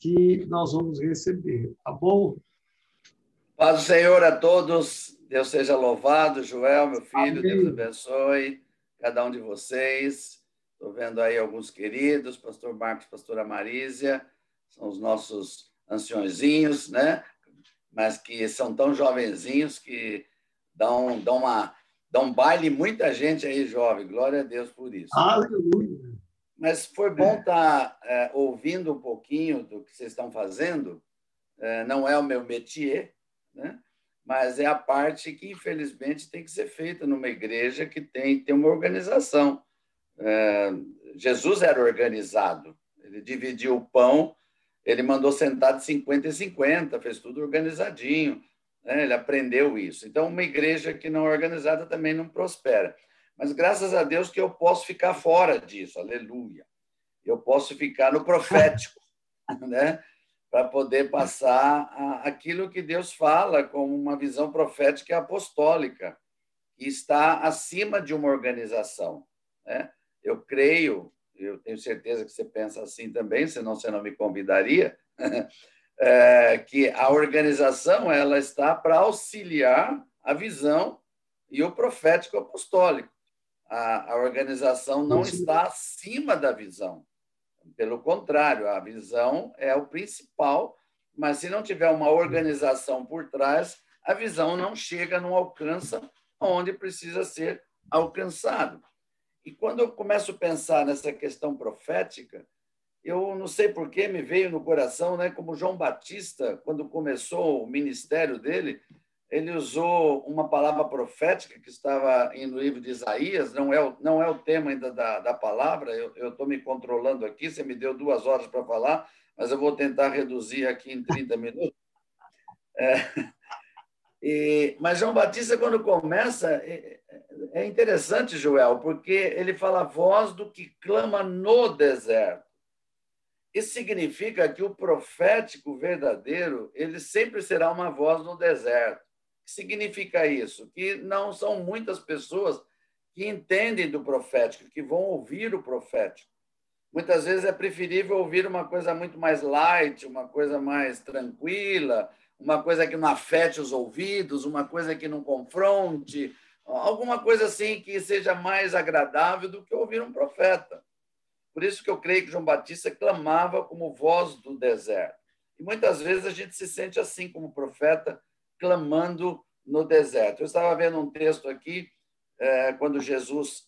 que nós vamos receber, tá bom? Paz do Senhor a todos, Deus seja louvado, Joel, meu filho, Amém. Deus abençoe cada um de vocês. Estou vendo aí alguns queridos, pastor Marcos, pastora Marísia, são os nossos anciõezinhos, né? Mas que são tão jovenzinhos que dão baile muita gente aí jovem, glória a Deus por isso. Aleluia! Mas foi bom estar ouvindo um pouquinho do que vocês estão fazendo, não é o meu métier, né? Mas é a parte que, infelizmente, tem que ser feita numa igreja que tem uma organização. Jesus era organizado, ele dividiu o pão, ele mandou sentar de 50 em 50, fez tudo organizadinho, né? Ele aprendeu isso. Então, uma igreja que não é organizada também não prospera. Mas, graças a Deus, que eu posso ficar fora disso, aleluia. Eu posso ficar no profético, né? Para poder passar aquilo que Deus fala como uma visão profética e apostólica, que está acima de uma organização, né? Eu creio, eu tenho certeza que você pensa assim também, senão você não me convidaria, que a organização ela está para auxiliar a visão e o profético apostólico. A organização não está acima da visão. Pelo contrário, a visão é o principal, mas se não tiver uma organização por trás, a visão não chega, não alcança onde precisa ser alcançado. E quando eu começo a pensar nessa questão profética, eu não sei por que me veio no coração, né, como João Batista, quando começou o ministério dele, ele usou uma palavra profética que estava no livro de Isaías, não é o tema ainda da palavra, eu estou me controlando aqui, você me deu 2 horas para falar, mas eu vou tentar reduzir aqui em 30 minutos. Mas João Batista, quando começa, é interessante, Joel, porque ele fala a voz do que clama no deserto. Isso significa que o profético verdadeiro, ele sempre será uma voz no deserto. O que significa isso? Que não são muitas pessoas que entendem do profético, que vão ouvir o profético. Muitas vezes é preferível ouvir uma coisa muito mais light, uma coisa mais tranquila, uma coisa que não afete os ouvidos, uma coisa que não confronte, alguma coisa assim que seja mais agradável do que ouvir um profeta. Por isso que eu creio que João Batista clamava como voz do deserto. E muitas vezes a gente se sente assim como profeta, clamando no deserto. Eu estava vendo um texto aqui, quando Jesus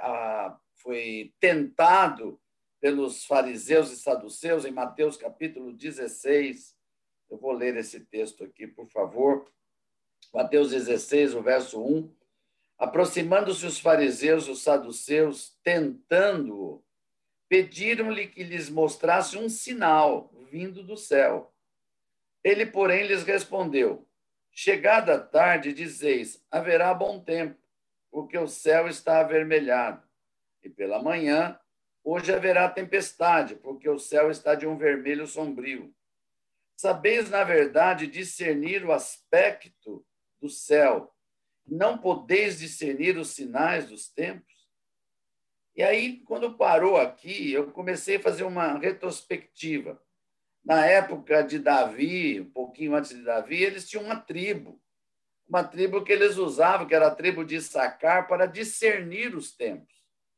foi tentado pelos fariseus e saduceus, em Mateus capítulo 16. Eu vou ler esse texto aqui, por favor. Mateus 16, o verso 1. Aproximando-se os fariseus e os saduceus, tentando-o, pediram-lhe que lhes mostrasse um sinal vindo do céu. Ele, porém, lhes respondeu: chegada a tarde, dizeis, haverá bom tempo, porque o céu está avermelhado. E pela manhã, hoje haverá tempestade, porque o céu está de um vermelho sombrio. Sabeis, na verdade, discernir o aspecto do céu. Não podeis discernir os sinais dos tempos? E aí, quando parou aqui, eu comecei a fazer uma retrospectiva. Na época de Davi, um pouquinho antes de Davi, eles tinham uma tribo que eles usavam, que era a tribo de Issacar, para discernir os tempos.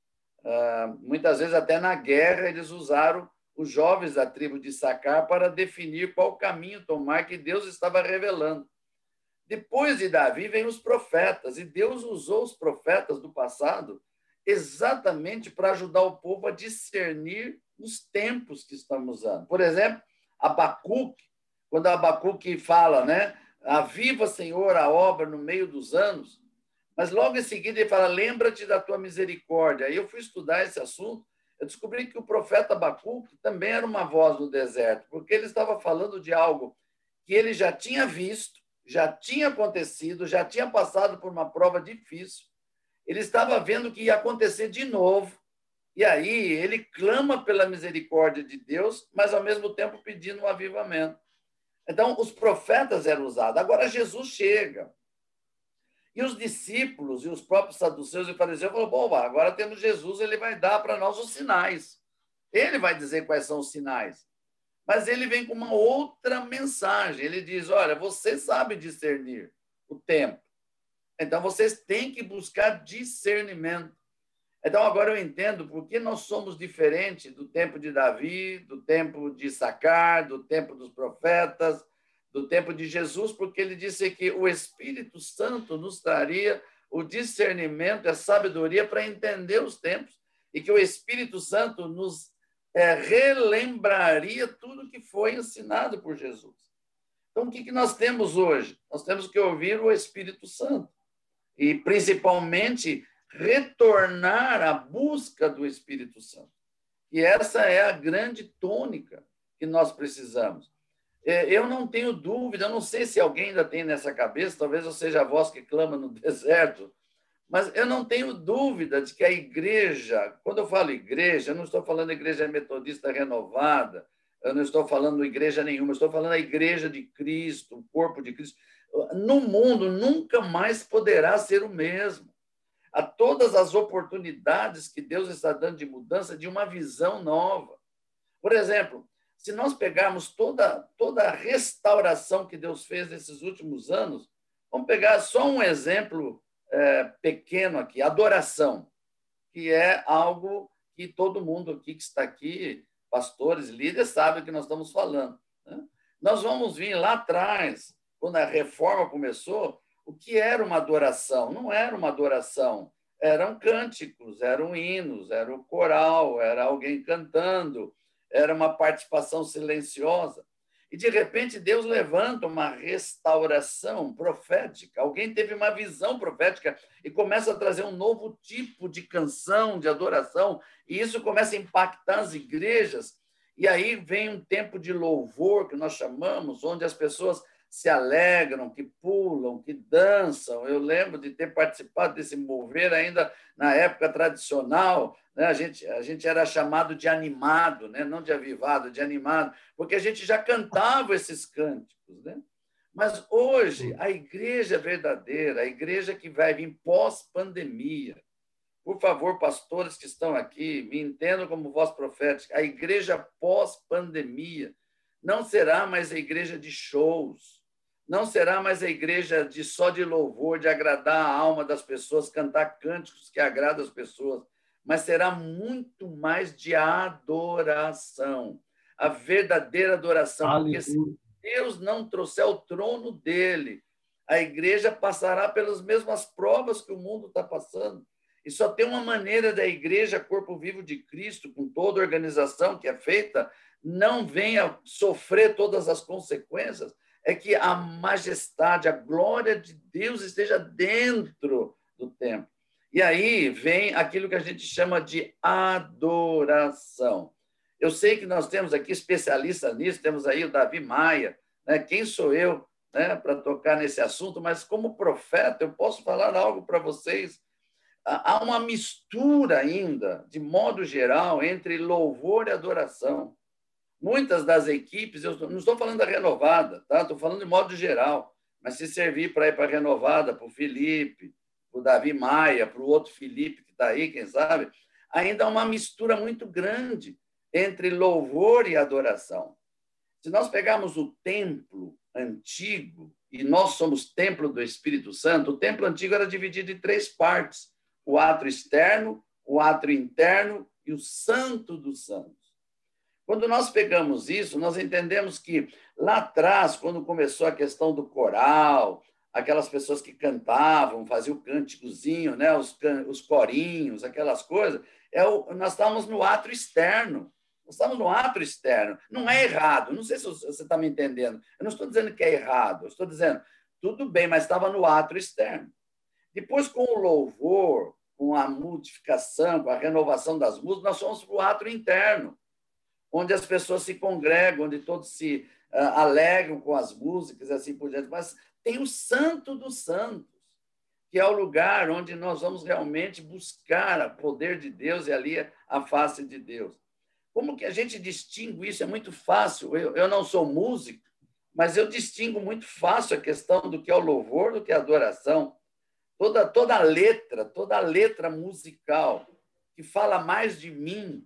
Muitas vezes, até na guerra, eles usaram os jovens da tribo de Issacar para definir qual caminho tomar que Deus estava revelando. Depois de Davi, vem os profetas, e Deus usou os profetas do passado exatamente para ajudar o povo a discernir os tempos que estamos usando. Por exemplo, Abacuque, quando Abacuque fala, né? Aviva, Senhor, a obra no meio dos anos, mas logo em seguida ele fala, lembra-te da tua misericórdia. Aí eu fui estudar esse assunto, eu descobri que o profeta Abacuque também era uma voz no deserto, porque ele estava falando de algo que ele já tinha visto, já tinha acontecido, já tinha passado por uma prova difícil, ele estava vendo que ia acontecer de novo, e aí ele clama pela misericórdia de Deus, mas ao mesmo tempo pedindo um avivamento. Então, os profetas eram usados. Agora Jesus chega. E os discípulos e os próprios saduceus e fariseus falaram, bom, agora temos Jesus, ele vai dar para nós os sinais. Ele vai dizer quais são os sinais. Mas ele vem com uma outra mensagem. Ele diz, olha, você sabe discernir o tempo. Então, vocês têm que buscar discernimento. Então, agora eu entendo por que nós somos diferentes do tempo de Davi, do tempo de Issacar, do tempo dos profetas, do tempo de Jesus, porque ele disse que o Espírito Santo nos traria o discernimento, a sabedoria para entender os tempos, e que o Espírito Santo nos relembraria tudo que foi ensinado por Jesus. Então, o que nós temos hoje? Nós temos que ouvir o Espírito Santo e, principalmente, retornar à busca do Espírito Santo. E essa é a grande tônica que nós precisamos. Eu não tenho dúvida, eu não sei se alguém ainda tem nessa cabeça, talvez eu seja a voz que clama no deserto, mas eu não tenho dúvida de que a igreja, quando eu falo igreja, eu não estou falando igreja metodista renovada, eu não estou falando igreja nenhuma, eu estou falando a igreja de Cristo, o corpo de Cristo. No mundo nunca mais poderá ser o mesmo. A todas as oportunidades que Deus está dando de mudança, de uma visão nova. Por exemplo, se nós pegarmos toda a restauração que Deus fez nesses últimos anos, vamos pegar só um exemplo pequeno aqui, adoração, que é algo que todo mundo aqui que está aqui, pastores, líderes, sabe o que nós estamos falando. Né? Nós vamos vir lá atrás, quando a reforma começou, o que era uma adoração? Não era uma adoração, eram cânticos, eram hinos, era o coral, era alguém cantando, era uma participação silenciosa. E, de repente, Deus levanta uma restauração profética. Alguém teve uma visão profética e começa a trazer um novo tipo de canção, de adoração, e isso começa a impactar as igrejas. E aí vem um tempo de louvor, que nós chamamos, onde as pessoas se alegram, que pulam, que dançam. Eu lembro de ter participado desse mover ainda na época tradicional, né? A gente era chamado de animado, né? Não de avivado, de animado, porque a gente já cantava esses cânticos. Né? Mas hoje, a igreja verdadeira, a igreja que vai vir pós-pandemia, por favor, pastores que estão aqui, me entendam como voz profética, a igreja pós-pandemia não será mais a igreja de shows, não será mais a igreja só de louvor, de agradar a alma das pessoas, cantar cânticos que agradam as pessoas, mas será muito mais de adoração, a verdadeira adoração, Aleluia. porque se Deus não trouxer o trono dele, a igreja passará pelas mesmas provas que o mundo está passando. E só tem uma maneira da igreja, corpo vivo de Cristo, com toda a organização que é feita, não venha sofrer todas as consequências, é que a majestade, a glória de Deus esteja dentro do templo. E aí vem aquilo que a gente chama de adoração. Eu sei que nós temos aqui especialistas nisso, temos aí o Davi Maia, né? Quem sou eu, né, para tocar nesse assunto, mas como profeta eu posso falar algo para vocês. Há uma mistura ainda, de modo geral, entre louvor e adoração. Muitas das equipes, eu não estou falando da renovada, tá? Estou falando de modo geral, mas se servir para ir para a renovada, para o Felipe, para o Davi Maia, para o outro Felipe que está aí, quem sabe, ainda há uma mistura muito grande entre louvor e adoração. Se nós pegarmos o templo antigo, e nós somos templo do Espírito Santo, o templo antigo era dividido em 3 partes, o átrio externo, o átrio interno e o santo dos santos. Quando nós pegamos isso, nós entendemos que lá atrás, quando começou a questão do coral, aquelas pessoas que cantavam, faziam o cânticozinho, né? os corinhos, aquelas coisas, nós estávamos no átrio externo. Nós estamos no átrio externo. Não é errado. Não sei se você está me entendendo. Eu não estou dizendo que é errado. Eu estou dizendo, tudo bem, mas estava no átrio externo. Depois, com o louvor, com a modificação, com a renovação das músicas, nós fomos para o átrio interno, onde as pessoas se congregam, onde todos se alegram com as músicas, assim por diante. Mas tem o Santo dos Santos, que é o lugar onde nós vamos realmente buscar o poder de Deus e ali a face de Deus. Como que a gente distingue isso? É muito fácil. Eu não sou músico, mas eu distingo muito fácil a questão do que é o louvor, do que é a adoração. Toda a letra musical que fala mais de mim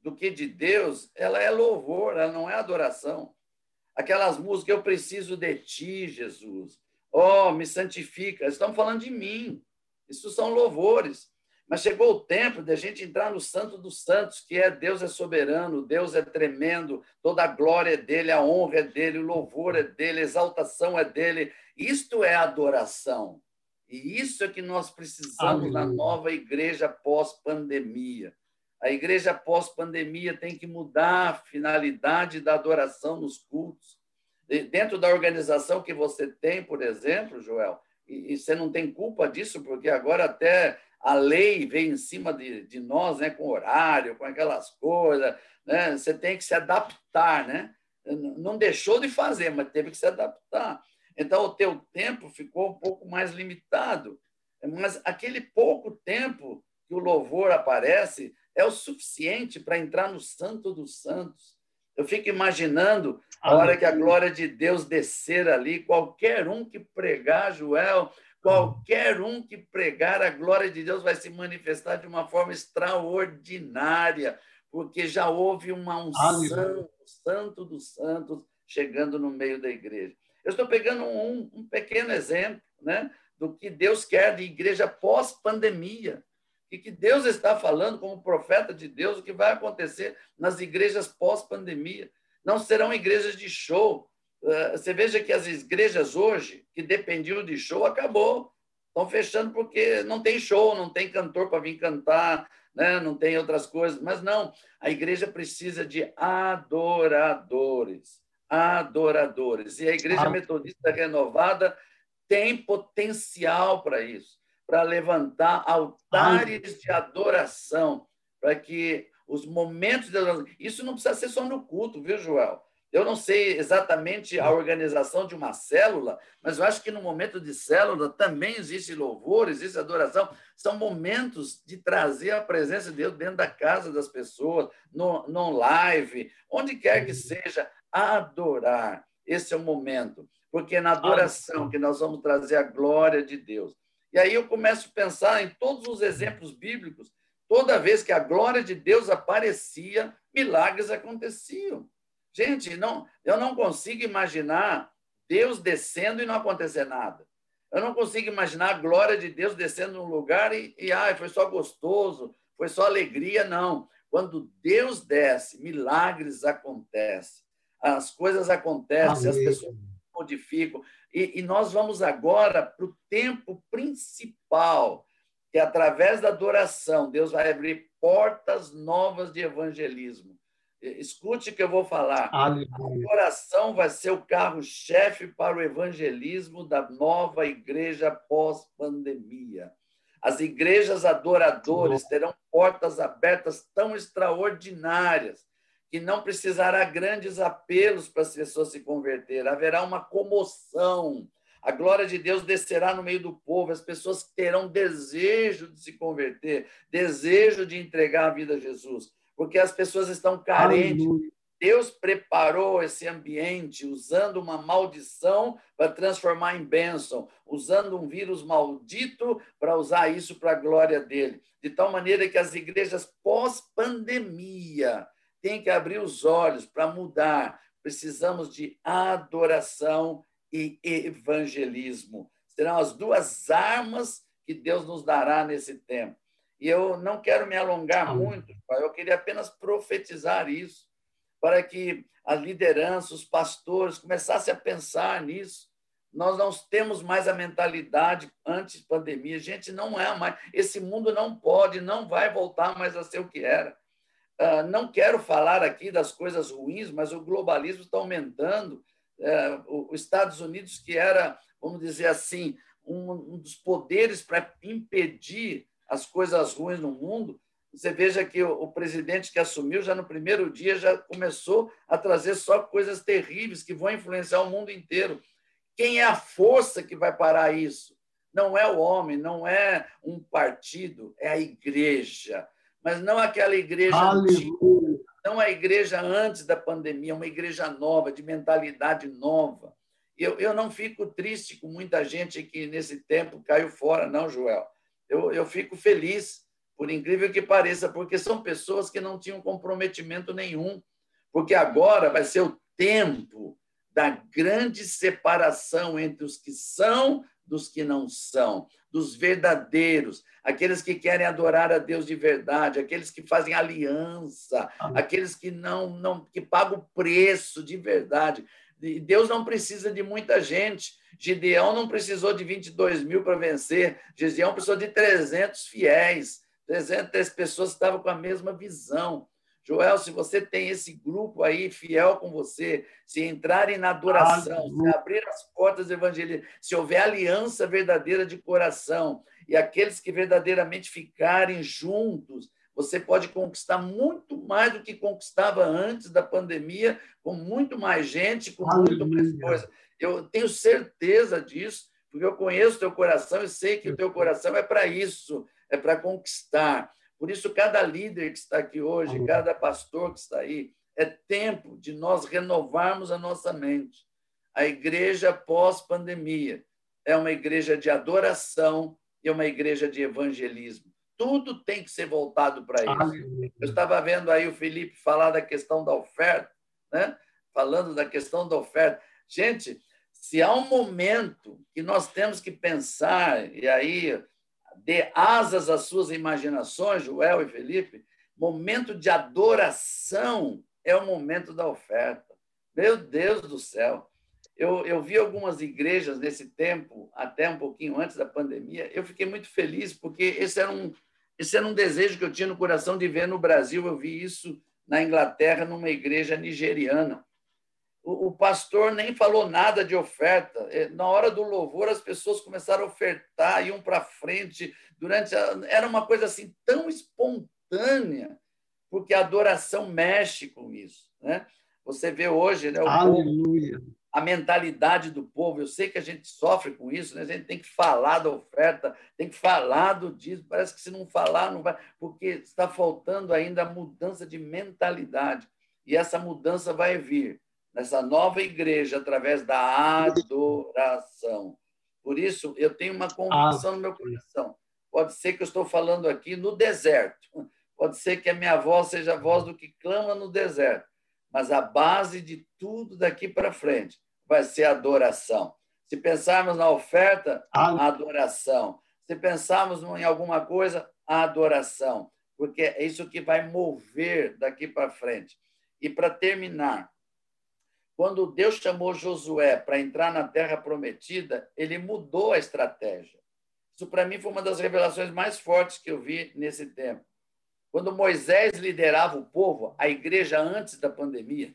do que de Deus, ela é louvor, ela não é adoração. Aquelas músicas, eu preciso de ti, Jesus. Oh, me santifica. Estão falando de mim. Isso são louvores. Mas chegou o tempo de a gente entrar no Santo dos Santos, que é Deus é soberano, Deus é tremendo, toda a glória é dele, a honra é dele, o louvor é dele, a exaltação é dele. Isto é adoração. E isso é que nós precisamos na Aleluia. nova igreja pós-pandemia. A igreja pós-pandemia tem que mudar a finalidade da adoração nos cultos. Dentro da organização que você tem, por exemplo, Joel, e você não tem culpa disso, porque agora até a lei vem em cima de nós, né, com horário, com aquelas coisas, né? Você tem que se adaptar, né? Não deixou de fazer, mas teve que se adaptar. Então, o teu tempo ficou um pouco mais limitado. Mas aquele pouco tempo que o louvor aparece é o suficiente para entrar no Santo dos Santos. Eu fico imaginando a hora que a glória de Deus descer ali, qualquer um que pregar, Joel, qualquer um que pregar, a glória de Deus vai se manifestar de uma forma extraordinária, porque já houve uma unção, o Santo dos Santos, chegando no meio da igreja. Eu estou pegando um pequeno exemplo, né, do que Deus quer de igreja pós-pandemia. E que Deus está falando como profeta de Deus o que vai acontecer nas igrejas pós-pandemia. Não serão igrejas de show. Você veja que as igrejas hoje, que dependiam de show, acabou. Estão fechando porque não tem show, não tem cantor para vir cantar, né? Não tem outras coisas. Mas não, a igreja precisa de adoradores. Adoradores. E a Igreja Metodista Renovada tem potencial para isso, para levantar altares de adoração, para que os momentos de adoração... Isso não precisa ser só no culto, viu, Joel? Eu não sei exatamente a organização de uma célula, mas eu acho que no momento de célula também existe louvor, existe adoração. São momentos de trazer a presença de Deus dentro da casa das pessoas, no live, onde quer que seja, adorar. Esse é o momento, porque é na adoração que nós vamos trazer a glória de Deus. E aí eu começo a pensar em todos os exemplos bíblicos. Toda vez que a glória de Deus aparecia, milagres aconteciam. Gente, eu não consigo imaginar Deus descendo e não acontecer nada. Eu não consigo imaginar a glória de Deus descendo num lugar foi só gostoso, foi só alegria. Não. Quando Deus desce, milagres acontecem. As coisas acontecem, as pessoas se modificam. E nós vamos agora para o tempo principal, que através da adoração, Deus vai abrir portas novas de evangelismo. Escute o que eu vou falar. Aleluia. A adoração vai ser o carro-chefe para o evangelismo da nova igreja pós-pandemia. As igrejas adoradores terão portas abertas tão extraordinárias que não precisará grandes apelos para as pessoas se converter. Haverá uma comoção. A glória de Deus descerá no meio do povo. As pessoas terão desejo de se converter, desejo de entregar a vida a Jesus, porque as pessoas estão carentes. Aleluia. Deus preparou esse ambiente usando uma maldição para transformar em bênção, usando um vírus maldito para usar isso para a glória dele. De tal maneira que as igrejas pós-pandemia têm que abrir os olhos para mudar. Precisamos de adoração e evangelismo. Serão as duas armas que Deus nos dará nesse tempo. E eu não quero me alongar muito, eu queria apenas profetizar isso, para que a liderança, os pastores começassem a pensar nisso. Nós não temos mais a mentalidade antes da pandemia. Gente, não é mais. Esse mundo não pode, não vai voltar mais a ser o que era. Não quero falar aqui das coisas ruins, mas o globalismo está aumentando. Os Estados Unidos, que era, vamos dizer assim, um dos poderes para impedir as coisas ruins no mundo, você veja que o presidente que assumiu, já no primeiro dia, já começou a trazer só coisas terríveis que vão influenciar o mundo inteiro. Quem é a força que vai parar isso? Não é o homem, não é um partido, é a igreja. Mas não aquela igreja antiga, não a igreja antes da pandemia, uma igreja nova, de mentalidade nova. Eu não fico triste com muita gente que nesse tempo caiu fora, não, Joel. Eu fico feliz, por incrível que pareça, porque são pessoas que não tinham comprometimento nenhum, porque agora vai ser o tempo da grande separação entre os que são dos que não são, dos verdadeiros, aqueles que querem adorar a Deus de verdade, aqueles que fazem aliança, aqueles que não que pagam o preço de verdade. Deus não precisa de muita gente. Gideão não precisou de 22 mil para vencer. Gideão precisou de 300 fiéis, 300 pessoas que estavam com a mesma visão. Joel, se você tem esse grupo aí fiel com você, se entrarem na adoração, se abrir as portas do evangelismo, se houver aliança verdadeira de coração e aqueles que verdadeiramente ficarem juntos, você pode conquistar muito mais do que conquistava antes da pandemia, com muito mais gente, com muito mais coisa. Eu tenho certeza disso, porque eu conheço o teu coração e sei que o teu coração é para isso, é para conquistar. Por isso, cada líder que está aqui hoje, cada pastor que está aí, é tempo de nós renovarmos a nossa mente. A igreja pós-pandemia é uma igreja de adoração e uma igreja de evangelismo. Tudo tem que ser voltado para isso. Eu estava vendo aí o Felipe falar da questão da oferta, né? Falando da questão da oferta. Gente, se há um momento que nós temos que pensar, e aí dê asas às suas imaginações, Joel e Felipe, momento de adoração é o momento da oferta. Meu Deus do céu! Eu vi algumas igrejas nesse tempo, até um pouquinho antes da pandemia, eu fiquei muito feliz, porque esse era um desejo que eu tinha no coração de ver no Brasil. Eu vi isso na Inglaterra, numa igreja nigeriana. O pastor nem falou nada de oferta. Na hora do louvor, as pessoas começaram a ofertar, iam para frente. Era uma coisa assim tão espontânea, porque a adoração mexe com isso, né? Você vê hoje, né, Aleluia. A mentalidade do povo. Eu sei que a gente sofre com isso, né? A gente tem que falar da oferta, tem que falar do dízimo. Parece que se não falar, não vai, porque está faltando ainda a mudança de mentalidade. E essa mudança vai vir nessa nova igreja através da adoração. Por isso, eu tenho uma convicção no meu coração. Pode ser que eu estou falando aqui no deserto. Pode ser que a minha voz seja a voz do que clama no deserto. Mas a base de tudo daqui para frente vai ser a adoração. Se pensarmos na oferta, a adoração. Se pensarmos em alguma coisa, a adoração. Porque é isso que vai mover daqui para frente. E para terminar, quando Deus chamou Josué para entrar na Terra Prometida, ele mudou a estratégia. Isso, para mim, foi uma das revelações mais fortes que eu vi nesse tempo. Quando Moisés liderava o povo, a igreja antes da pandemia,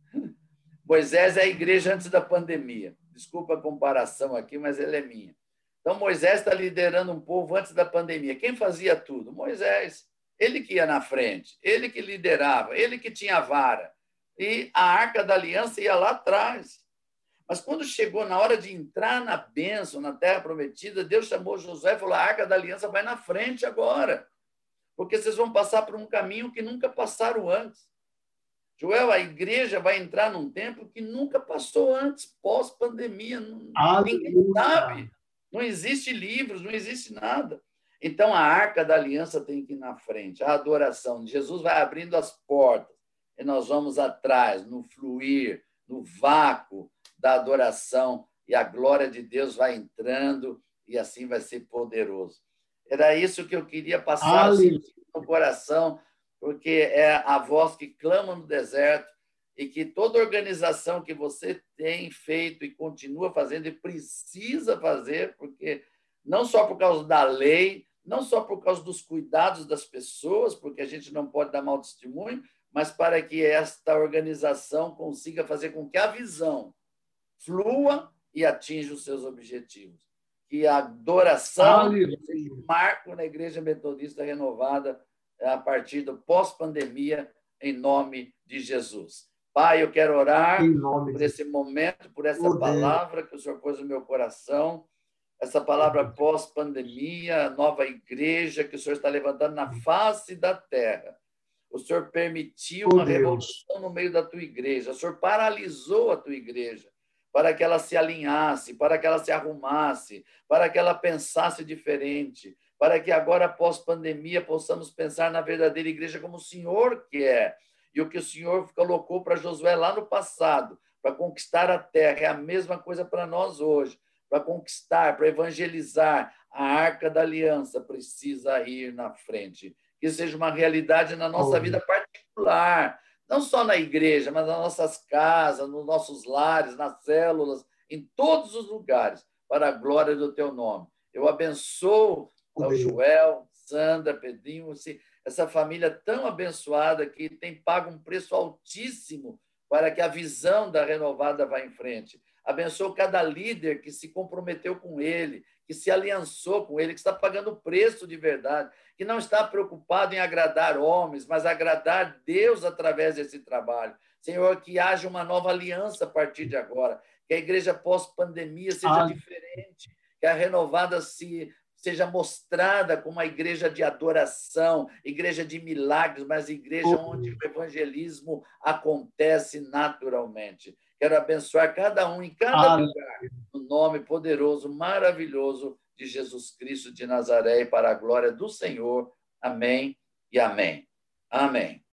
Moisés é a igreja antes da pandemia. Desculpa a comparação aqui, mas ela é minha. Então, Moisés está liderando um povo antes da pandemia. Quem fazia tudo? Moisés. Ele que ia na frente, ele que liderava, ele que tinha a vara. E a Arca da Aliança ia lá atrás. Mas quando chegou na hora de entrar na bênção, na Terra Prometida, Deus chamou Josué e falou: a Arca da Aliança vai na frente agora, porque vocês vão passar por um caminho que nunca passaram antes. Joel, a igreja vai entrar num tempo que nunca passou antes, pós-pandemia. Ninguém sabe. Não existe livros, não existe nada. Então, a Arca da Aliança tem que ir na frente. A adoração. Jesus vai abrindo as portas e nós vamos atrás, no fluir, no vácuo da adoração, e a glória de Deus vai entrando e assim vai ser poderoso. Era isso que eu queria passar assim, no coração, porque é a voz que clama no deserto, e que toda organização que você tem feito e continua fazendo e precisa fazer, porque não só por causa da lei, não só por causa dos cuidados das pessoas, porque a gente não pode dar mau testemunho, mas para que esta organização consiga fazer com que a visão flua e atinja os seus objetivos. Que a adoração seja um marco na Igreja Metodista Renovada a partir do pós-pandemia, em nome de Jesus. Pai, eu quero orar por esse momento, por essa palavra que o Senhor pôs no meu coração, essa palavra pós-pandemia, nova igreja que o Senhor está levantando na face da terra. O Senhor permitiu uma revolução no meio da tua igreja, o Senhor paralisou a tua igreja para que ela se alinhasse, para que ela se arrumasse, para que ela pensasse diferente, para que agora, após pandemia, possamos pensar na verdadeira igreja como o Senhor quer. E o que o Senhor colocou para Josué lá no passado, para conquistar a terra, é a mesma coisa para nós hoje. Para conquistar, para evangelizar, a Arca da Aliança precisa ir na frente. Que isso seja uma realidade na nossa vida particular, não só na igreja, mas nas nossas casas, nos nossos lares, nas células, em todos os lugares, para a glória do teu nome. Eu abençoo ao Joel, Sandra, Pedrinho, essa família tão abençoada que tem pago um preço altíssimo para que a visão da renovada vá em frente. Abençoo cada líder que se comprometeu com ele, que se aliançou com ele, que está pagando o preço de verdade, que não está preocupado em agradar homens, mas agradar Deus através desse trabalho. Senhor, que haja uma nova aliança a partir de agora, que a igreja pós-pandemia seja diferente, que a renovada seja mostrada como uma igreja de adoração, igreja de milagres, mas igreja onde o evangelismo acontece naturalmente. Quero abençoar cada um em cada lugar, no nome poderoso, maravilhoso de Jesus Cristo de Nazaré, e para a glória do Senhor. Amém e amém. Amém.